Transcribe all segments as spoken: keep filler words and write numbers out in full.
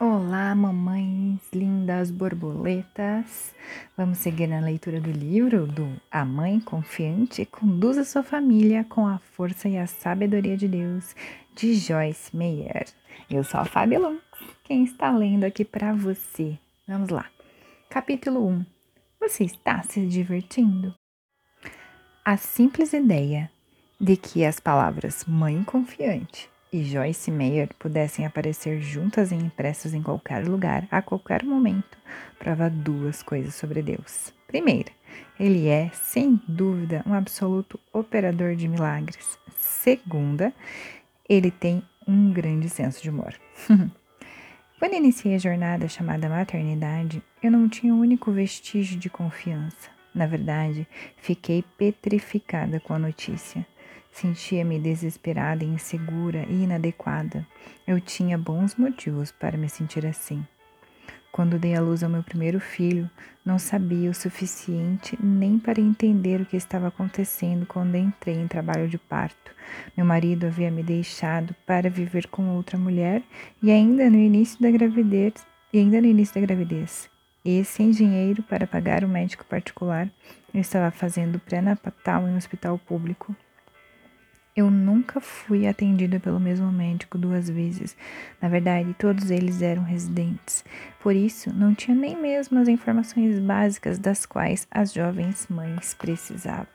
Olá, mamães lindas borboletas! Vamos seguir na leitura do livro do A Mãe Confiante Conduz Sua Família com a Força e a Sabedoria de Deus, de Joyce Meyer. Eu sou a Fábia Lux, quem está lendo aqui para você. Vamos lá. Capítulo um. Você está se divertindo? A simples ideia de que as palavras Mãe Confiante e Joyce Meyer pudessem aparecer juntas e impressas em qualquer lugar, a qualquer momento, prova duas coisas sobre Deus. Primeira, ele é, sem dúvida, um absoluto operador de milagres. Segunda, ele tem um grande senso de humor. Quando iniciei a jornada chamada maternidade, eu não tinha um único vestígio de confiança. Na verdade, fiquei petrificada com a notícia. Sentia-me desesperada, insegura e inadequada. Eu tinha bons motivos para me sentir assim. Quando dei à luz ao meu primeiro filho, não sabia o suficiente nem para entender o que estava acontecendo quando entrei em trabalho de parto. Meu marido havia me deixado para viver com outra mulher e ainda no início da gravidez, e ainda no início da gravidez. E sem dinheiro para pagar um médico particular, eu estava fazendo pré-natal em um hospital público. Eu nunca fui atendida pelo mesmo médico duas vezes. Na verdade, todos eles eram residentes. Por isso, não tinha nem mesmo as informações básicas das quais as jovens mães precisavam.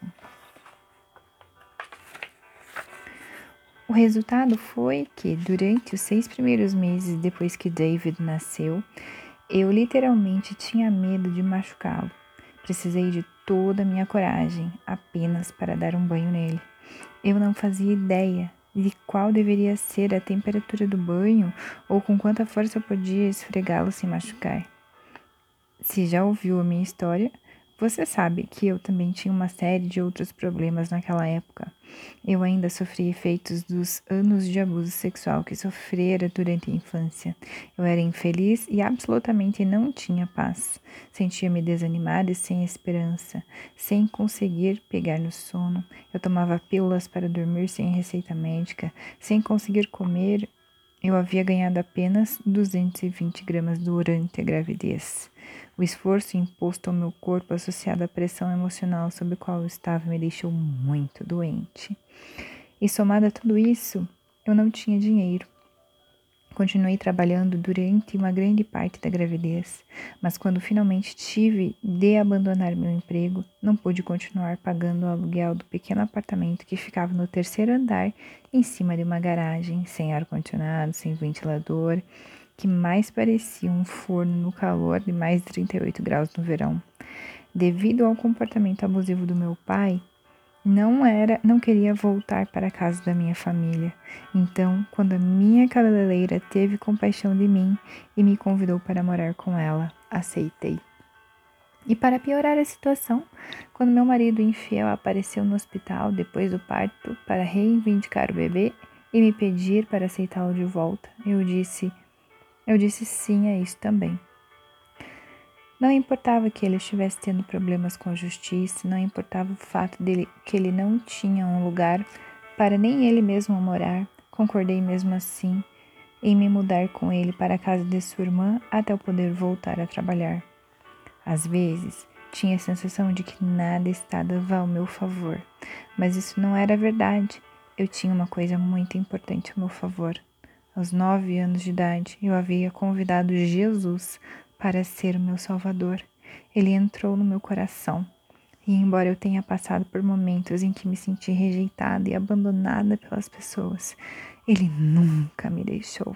O resultado foi que, durante os seis primeiros meses depois que David nasceu, eu literalmente tinha medo de machucá-lo. Precisei de toda a minha coragem apenas para dar um banho nele. Eu não fazia ideia de qual deveria ser a temperatura do banho ou com quanta força eu podia esfregá-lo sem machucar. Se já ouviu a minha história, você sabe que eu também tinha uma série de outros problemas naquela época. Eu ainda sofria efeitos dos anos de abuso sexual que sofrera durante a infância. Eu era infeliz e absolutamente não tinha paz. Sentia-me desanimada e sem esperança, sem conseguir pegar no sono. Eu tomava pílulas para dormir sem receita médica, sem conseguir comer. Eu havia ganhado apenas duzentos e vinte gramas durante a gravidez. O esforço imposto ao meu corpo, associado à pressão emocional sob a qual eu estava, me deixou muito doente. E somado a tudo isso, eu não tinha dinheiro. Continuei trabalhando durante uma grande parte da gravidez, mas quando finalmente tive de abandonar meu emprego, não pude continuar pagando o aluguel do pequeno apartamento que ficava no terceiro andar, em cima de uma garagem, sem ar-condicionado, sem ventilador, que mais parecia um forno no calor de mais de trinta e oito graus no verão. Devido ao comportamento abusivo do meu pai, não era, não queria voltar para a casa da minha família. Então, quando a minha cabeleireira teve compaixão de mim e me convidou para morar com ela, aceitei. E para piorar a situação, quando meu marido infiel apareceu no hospital depois do parto para reivindicar o bebê e me pedir para aceitá-lo de volta, eu disse Eu disse sim a isso também. Não importava que ele estivesse tendo problemas com a justiça, não importava o fato dele que ele não tinha um lugar para nem ele mesmo morar, concordei mesmo assim em me mudar com ele para a casa de sua irmã até eu poder voltar a trabalhar. Às vezes, tinha a sensação de que nada estava ao meu favor, mas isso não era verdade. Eu tinha uma coisa muito importante ao meu favor. Aos nove anos de idade, eu havia convidado Jesus para ser o meu Salvador. Ele entrou no meu coração. E embora eu tenha passado por momentos em que me senti rejeitada e abandonada pelas pessoas, Ele nunca me deixou.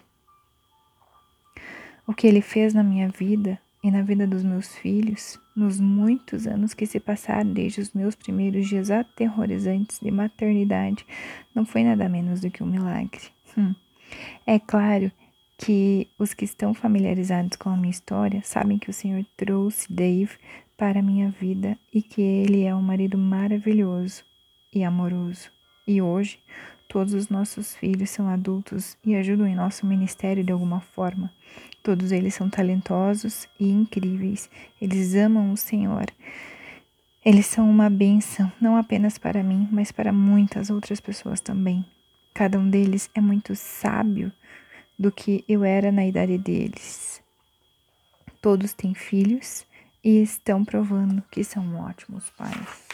O que Ele fez na minha vida e na vida dos meus filhos, nos muitos anos que se passaram desde os meus primeiros dias aterrorizantes de maternidade, não foi nada menos do que um milagre. Hum. É claro que os que estão familiarizados com a minha história sabem que o Senhor trouxe Dave para a minha vida e que ele é um marido maravilhoso e amoroso. E hoje, todos os nossos filhos são adultos e ajudam em nosso ministério de alguma forma. Todos eles são talentosos e incríveis. Eles amam o Senhor. Eles são uma bênção, não apenas para mim, mas para muitas outras pessoas também. Cada um deles é muito sábio do que eu era na idade deles. Todos têm filhos e estão provando que são ótimos pais.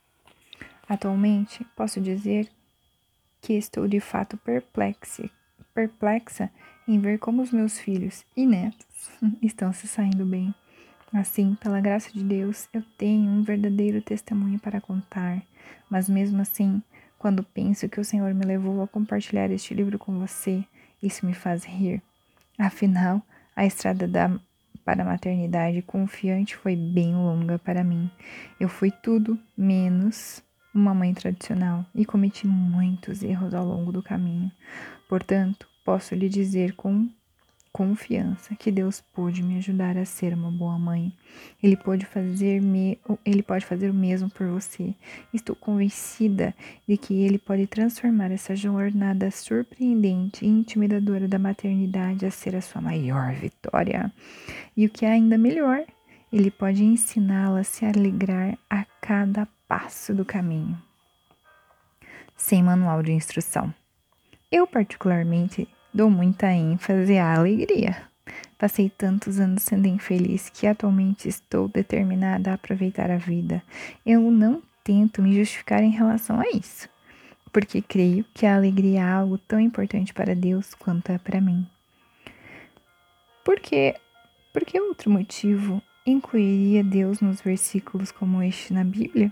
Atualmente, posso dizer que estou de fato perplexa, perplexa em ver como os meus filhos e netos estão se saindo bem. Assim, pela graça de Deus, eu tenho um verdadeiro testemunho para contar, mas mesmo assim, quando penso que o Senhor me levou a compartilhar este livro com você, isso me faz rir. Afinal, a estrada da, para a maternidade confiante foi bem longa para mim. Eu fui tudo menos uma mãe tradicional e cometi muitos erros ao longo do caminho. Portanto, posso lhe dizer com confiança que Deus pôde me ajudar a ser uma boa mãe. Ele pode fazer me, ele pode fazer o mesmo por você. Estou convencida de que ele pode transformar essa jornada surpreendente e intimidadora da maternidade a ser a sua maior vitória. E o que é ainda melhor, ele pode ensiná-la a se alegrar a cada passo do caminho. Sem manual de instrução. Eu particularmente dou muita ênfase à alegria. Passei tantos anos sendo infeliz que atualmente estou determinada a aproveitar a vida. Eu não tento me justificar em relação a isso, porque creio que a alegria é algo tão importante para Deus quanto é para mim. Por que, por que outro motivo incluiria Deus nos versículos como este na Bíblia?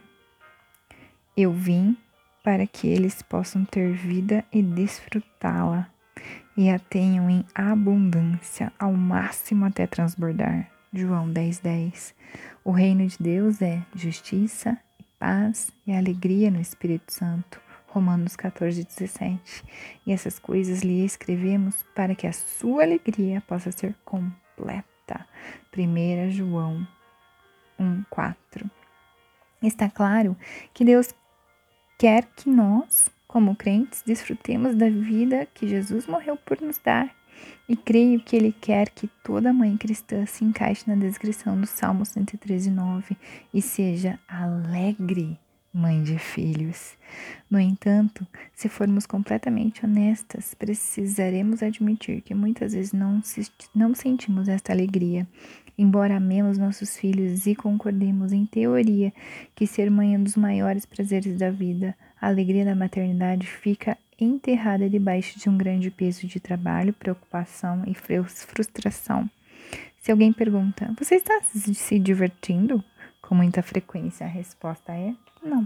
Eu vim para que eles possam ter vida e desfrutá-la, e a tenham em abundância, ao máximo até transbordar. João dez, dez. O reino de Deus é justiça, paz e alegria no Espírito Santo. Romanos quatorze, dezessete. E essas coisas lhe escrevemos para que a sua alegria possa ser completa. primeiro João um, quatro. Está claro que Deus quer que nós, como crentes, desfrutemos da vida que Jesus morreu por nos dar. E creio que Ele quer que toda mãe cristã se encaixe na descrição do Salmo cento e treze, nove e seja alegre mãe de filhos. No entanto, se formos completamente honestas, precisaremos admitir que muitas vezes não, se, não sentimos esta alegria. Embora amemos nossos filhos e concordemos em teoria que ser mãe é um dos maiores prazeres da vida, a alegria da maternidade fica enterrada debaixo de um grande peso de trabalho, preocupação e frustração. Se alguém pergunta, você está se divertindo? Com muita frequência a resposta é não.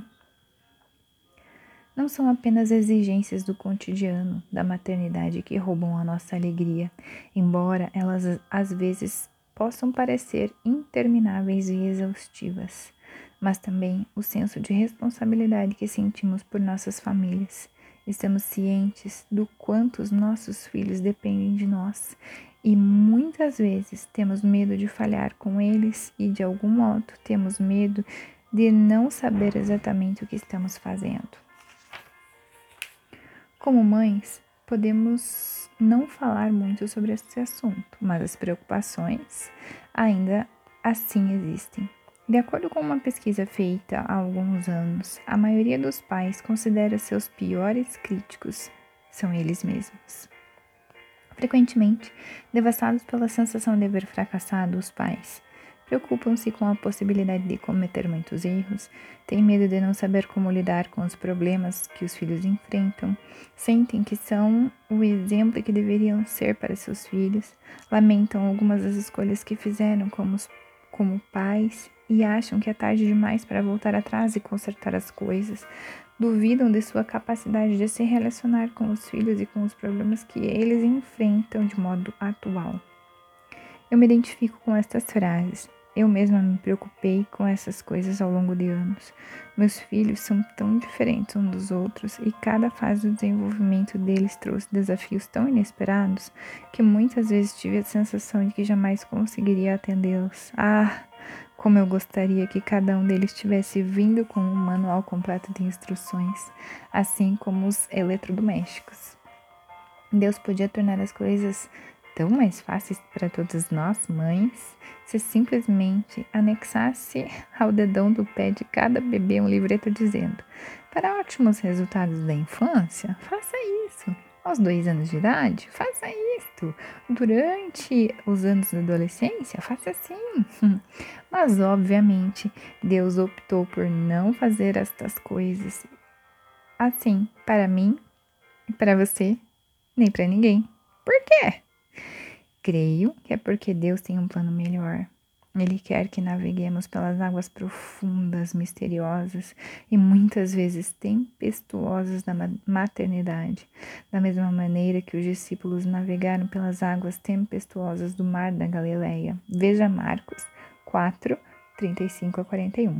Não são apenas exigências do cotidiano da maternidade que roubam a nossa alegria, embora elas às vezes possam parecer intermináveis e exaustivas, mas também o senso de responsabilidade que sentimos por nossas famílias. Estamos cientes do quanto os nossos filhos dependem de nós e muitas vezes temos medo de falhar com eles e, de algum modo, temos medo de não saber exatamente o que estamos fazendo. Como mães, podemos não falar muito sobre esse assunto, mas as preocupações ainda assim existem. De acordo com uma pesquisa feita há alguns anos, a maioria dos pais considera seus piores críticos são eles mesmos. Frequentemente, devastados pela sensação de haver fracassado, os pais preocupam-se com a possibilidade de cometer muitos erros, têm medo de não saber como lidar com os problemas que os filhos enfrentam, sentem que são o exemplo que deveriam ser para seus filhos, lamentam algumas das escolhas que fizeram como, como pais e acham que é tarde demais para voltar atrás e consertar as coisas, duvidam de sua capacidade de se relacionar com os filhos e com os problemas que eles enfrentam de modo atual. Eu me identifico com estas frases. Eu mesma me preocupei com essas coisas ao longo de anos. Meus filhos são tão diferentes uns dos outros e cada fase do desenvolvimento deles trouxe desafios tão inesperados que muitas vezes tive a sensação de que jamais conseguiria atendê-los. Ah, como eu gostaria que cada um deles tivesse vindo com um manual completo de instruções, assim como os eletrodomésticos. Deus podia tornar as coisas tão mais fáceis para todas nós, mães, se simplesmente anexasse ao dedão do pé de cada bebê um livreto dizendo: para ótimos resultados da infância, faça isso. aos dois anos de idade, faça isto. Durante os anos da adolescência, faça assim. Mas, obviamente, Deus optou por não fazer estas coisas assim para mim e para você, nem para ninguém. Por quê? Creio que é porque Deus tem um plano melhor. Ele quer que naveguemos pelas águas profundas, misteriosas e muitas vezes tempestuosas da maternidade, da mesma maneira que os discípulos navegaram pelas águas tempestuosas do mar da Galileia. Veja Marcos quatro, trinta e cinco a quarenta e um.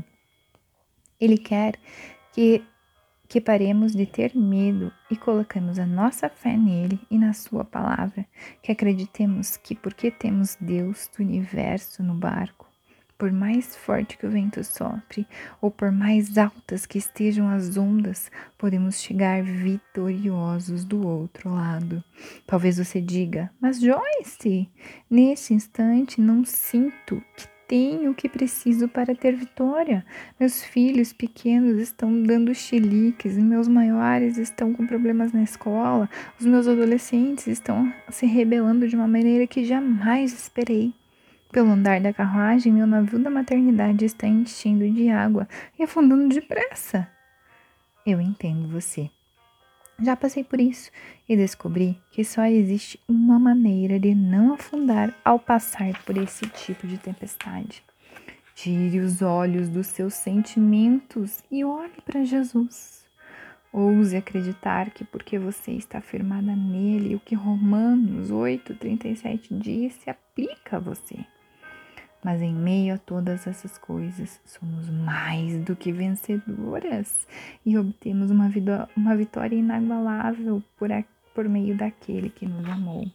Ele quer que que paremos de ter medo e colocamos a nossa fé nele e na sua palavra, que acreditemos que porque temos Deus do universo no barco, por mais forte que o vento sopre ou por mais altas que estejam as ondas, podemos chegar vitoriosos do outro lado. Talvez você diga, mas Joyce, nesse instante não sinto que tenho o que preciso para ter vitória. Meus filhos pequenos estão dando chiliques, meus maiores estão com problemas na escola, os meus adolescentes estão se rebelando de uma maneira que jamais esperei. Pelo andar da carruagem, meu navio da maternidade está enchendo de água e afundando depressa. Eu entendo você. Já passei por isso e descobri que só existe uma maneira de não afundar ao passar por esse tipo de tempestade. Tire os olhos dos seus sentimentos e olhe para Jesus. Ouse acreditar que porque você está firmada nele, o que Romanos oito, trinta e sete diz se aplica a você. Mas em meio a todas essas coisas, somos mais do que vencedoras e obtemos uma, vida, uma vitória inabalável por, a, por meio daquele que nos amou.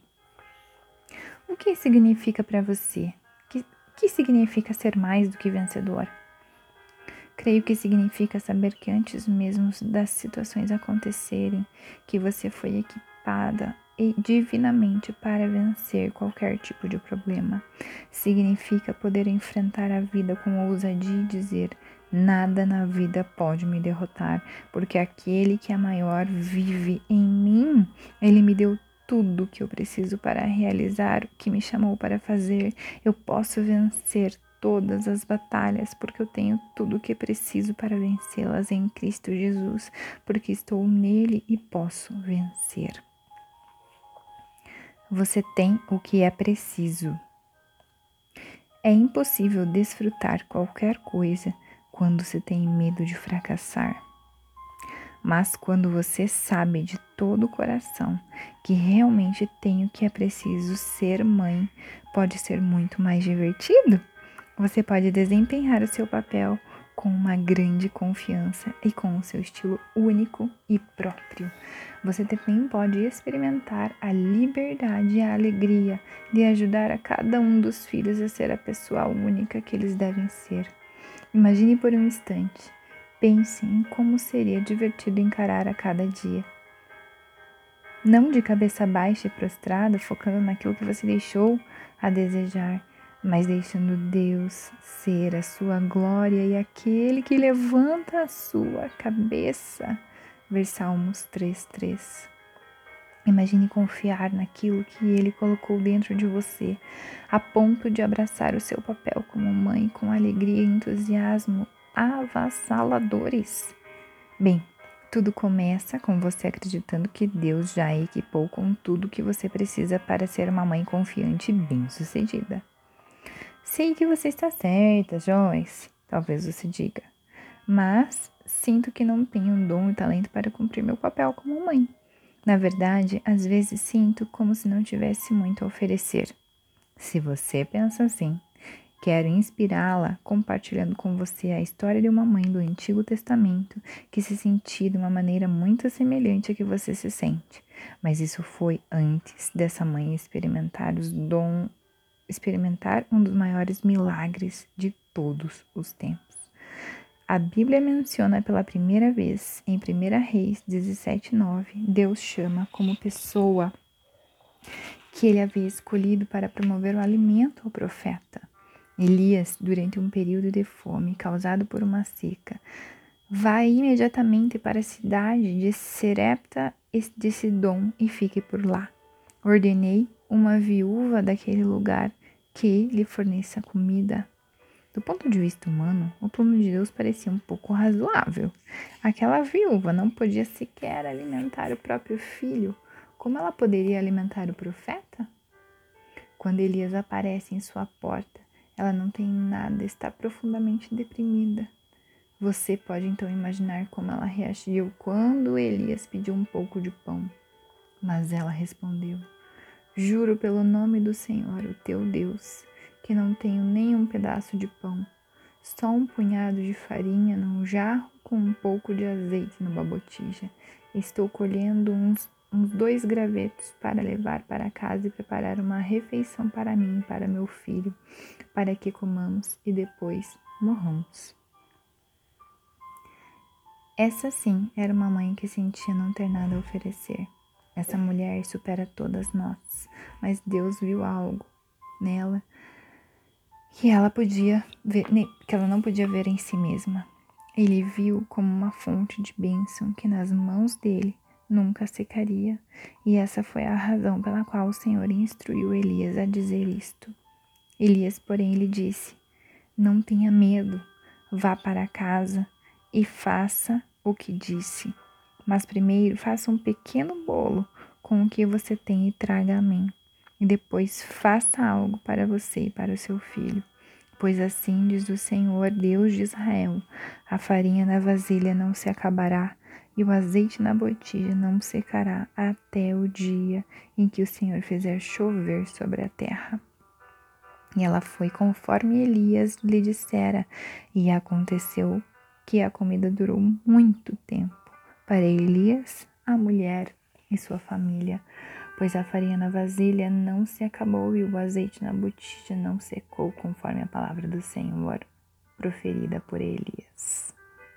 O que significa para você? O que significa ser mais do que vencedor? Creio que significa saber que antes mesmo das situações acontecerem, que você foi equipada e divinamente para vencer qualquer tipo de problema. Significa poder enfrentar a vida com ousadia e dizer: nada na vida pode me derrotar, porque aquele que é maior vive em mim. Ele me deu tudo o que eu preciso para realizar o que me chamou para fazer. Eu posso vencer todas as batalhas, porque eu tenho tudo o que preciso para vencê-las em Cristo Jesus, porque estou nele e posso vencer. Você tem o que é preciso. É impossível desfrutar qualquer coisa quando se tem medo de fracassar. Mas quando você sabe de todo o coração que realmente tem o que é preciso, ser mãe pode ser muito mais divertido. Você pode desempenhar o seu papel com uma grande confiança e com o seu estilo único e próprio. Você também pode experimentar a liberdade e a alegria de ajudar a cada um dos filhos a ser a pessoa única que eles devem ser. Imagine por um instante. Pense em como seria divertido encarar a cada dia. Não de cabeça baixa e prostrada, focando naquilo que você deixou a desejar, mas deixando Deus ser a sua glória e aquele que levanta a sua cabeça. Ver Salmos três, três. Imagine confiar naquilo que Ele colocou dentro de você, a ponto de abraçar o seu papel como mãe com alegria e entusiasmo avassaladores. Bem, tudo começa com você acreditando que Deus já a equipou com tudo que você precisa para ser uma mãe confiante e bem-sucedida. Sei que você está certa, Joyce, talvez você diga, mas sinto que não tenho um dom e talento para cumprir meu papel como mãe. Na verdade, às vezes sinto como se não tivesse muito a oferecer. Se você pensa assim, quero inspirá-la compartilhando com você a história de uma mãe do Antigo Testamento que se sentiu de uma maneira muito semelhante a que você se sente. Mas isso foi antes dessa mãe experimentar os dons, experimentar um dos maiores milagres de todos os tempos. A Bíblia menciona pela primeira vez, em primeira Reis dezessete, nove, Deus chama como pessoa que ele havia escolhido para promover o alimento ao profeta. Elias, durante um período de fome causado por uma seca, Vá imediatamente para a cidade de Serepta de Sidom e fique por lá. Ordenei uma viúva daquele lugar que lhe forneça comida. Do ponto de vista humano, o plano de Deus parecia um pouco razoável. Aquela viúva não podia sequer alimentar o próprio filho. Como ela poderia alimentar o profeta? Quando Elias aparece em sua porta, ela não tem nada, está profundamente deprimida. Você pode então imaginar como ela reagiu quando Elias pediu um pouco de pão. Mas ela respondeu: Juro pelo nome do Senhor, o teu Deus, que não tenho nem um pedaço de pão, só um punhado de farinha num jarro com um pouco de azeite numa botija. Estou colhendo uns, uns dois gravetos para levar para casa e preparar uma refeição para mim e para meu filho, para que comamos e depois morramos. Essa sim era uma mãe que sentia não ter nada a oferecer. Essa mulher supera todas nós, mas Deus viu algo nela que ela podia ver, que ela não podia ver em si mesma. Ele viu como uma fonte de bênção que nas mãos dele nunca secaria, e essa foi a razão pela qual o Senhor instruiu Elias a dizer isto. Elias, porém, lhe disse: Não tenha medo, vá para casa e faça o que disse. Mas primeiro faça um pequeno bolo com o que você tem e traga a mim. E depois faça algo para você e para o seu filho. Pois assim diz o Senhor, Deus de Israel: a farinha na vasilha não se acabará e o azeite na botija não secará até o dia em que o Senhor fizer chover sobre a terra. E ela foi conforme Elias lhe dissera, e aconteceu que a comida durou muito tempo para Elias, a mulher e sua família, pois a farinha na vasilha não se acabou e o azeite na botija não secou, conforme a palavra do Senhor proferida por Elias.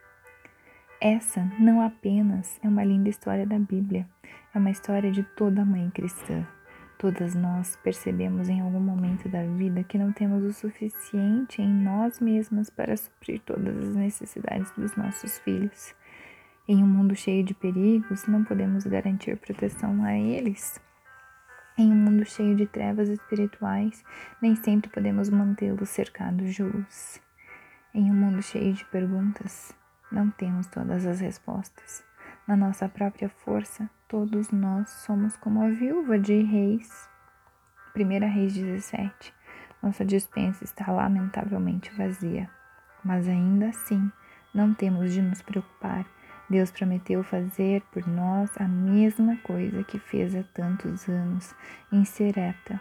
Essa não apenas é uma linda história da Bíblia, é uma história de toda mãe cristã. Todas nós percebemos em algum momento da vida que não temos o suficiente em nós mesmas para suprir todas as necessidades dos nossos filhos. Em um mundo cheio de perigos, não podemos garantir proteção a eles. Em um mundo cheio de trevas espirituais, nem sempre podemos mantê-los cercados de luz. Em um mundo cheio de perguntas, não temos todas as respostas. Na nossa própria força, todos nós somos como a viúva de Reis, primeira Reis dezessete. Nossa despensa está lamentavelmente vazia, mas ainda assim não temos de nos preocupar. Deus prometeu fazer por nós a mesma coisa que fez há tantos anos em Serepta.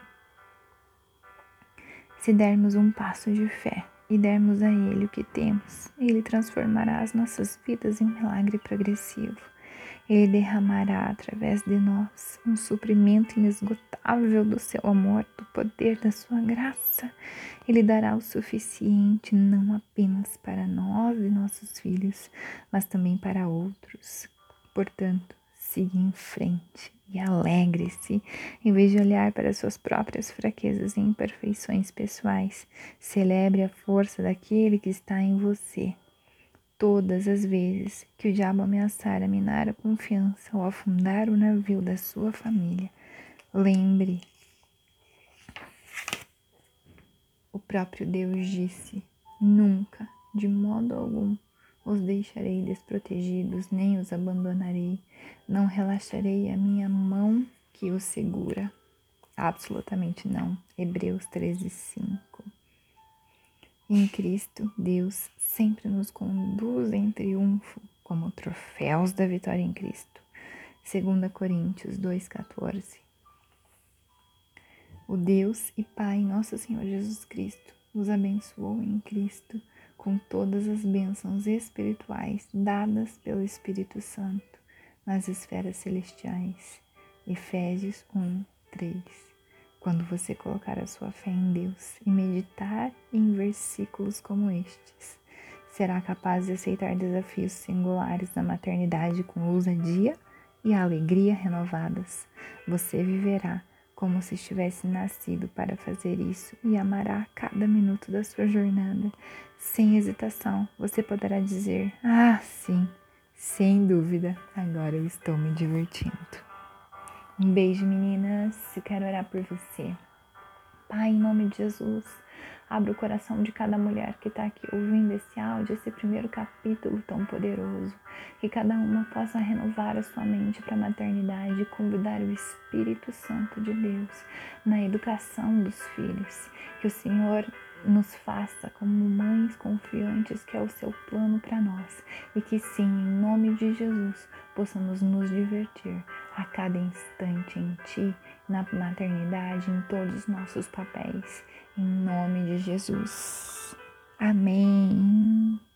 Se dermos um passo de fé e dermos a Ele o que temos, Ele transformará as nossas vidas em um milagre progressivo. Ele derramará através de nós um suprimento inesgotável do seu amor, do poder da sua graça. Ele dará o suficiente não apenas para nós e nossos filhos, mas também para outros. Portanto, siga em frente e alegre-se, em vez de olhar para suas próprias fraquezas e imperfeições pessoais. Celebre a força daquele que está em você. Todas as vezes que o diabo ameaçar a minar a confiança ou afundar o navio da sua família, lembre, o próprio Deus disse: nunca, de modo algum, os deixarei desprotegidos, nem os abandonarei, não relaxarei a minha mão que os segura. Absolutamente não. Hebreus treze, cinco. Em Cristo, Deus sempre nos conduz em triunfo, como troféus da vitória em Cristo. segunda Coríntios dois, quatorze. O Deus e Pai, nosso Senhor Jesus Cristo, nos abençoou em Cristo com todas as bênçãos espirituais dadas pelo Espírito Santo nas esferas celestiais. Efésios um, três. Quando você colocar a sua fé em Deus e meditar em versículos como estes, será capaz de aceitar desafios singulares na maternidade com ousadia e alegria renovadas. Você viverá como se estivesse nascido para fazer isso e amará cada minuto da sua jornada. Sem hesitação, você poderá dizer: ah, sim, sem dúvida, agora eu estou me divertindo. Um beijo, meninas. Eu quero orar por você. Pai, em nome de Jesus, abra o coração de cada mulher que está aqui ouvindo esse áudio, esse primeiro capítulo tão poderoso. Que cada uma possa renovar a sua mente para a maternidade e convidar o Espírito Santo de Deus na educação dos filhos. Que o Senhor nos faça como mães confiantes, que é o seu plano para nós. E que sim, em nome de Jesus, possamos nos divertir a cada instante em Ti, na maternidade, em todos os nossos papéis. Em nome de Jesus. Amém.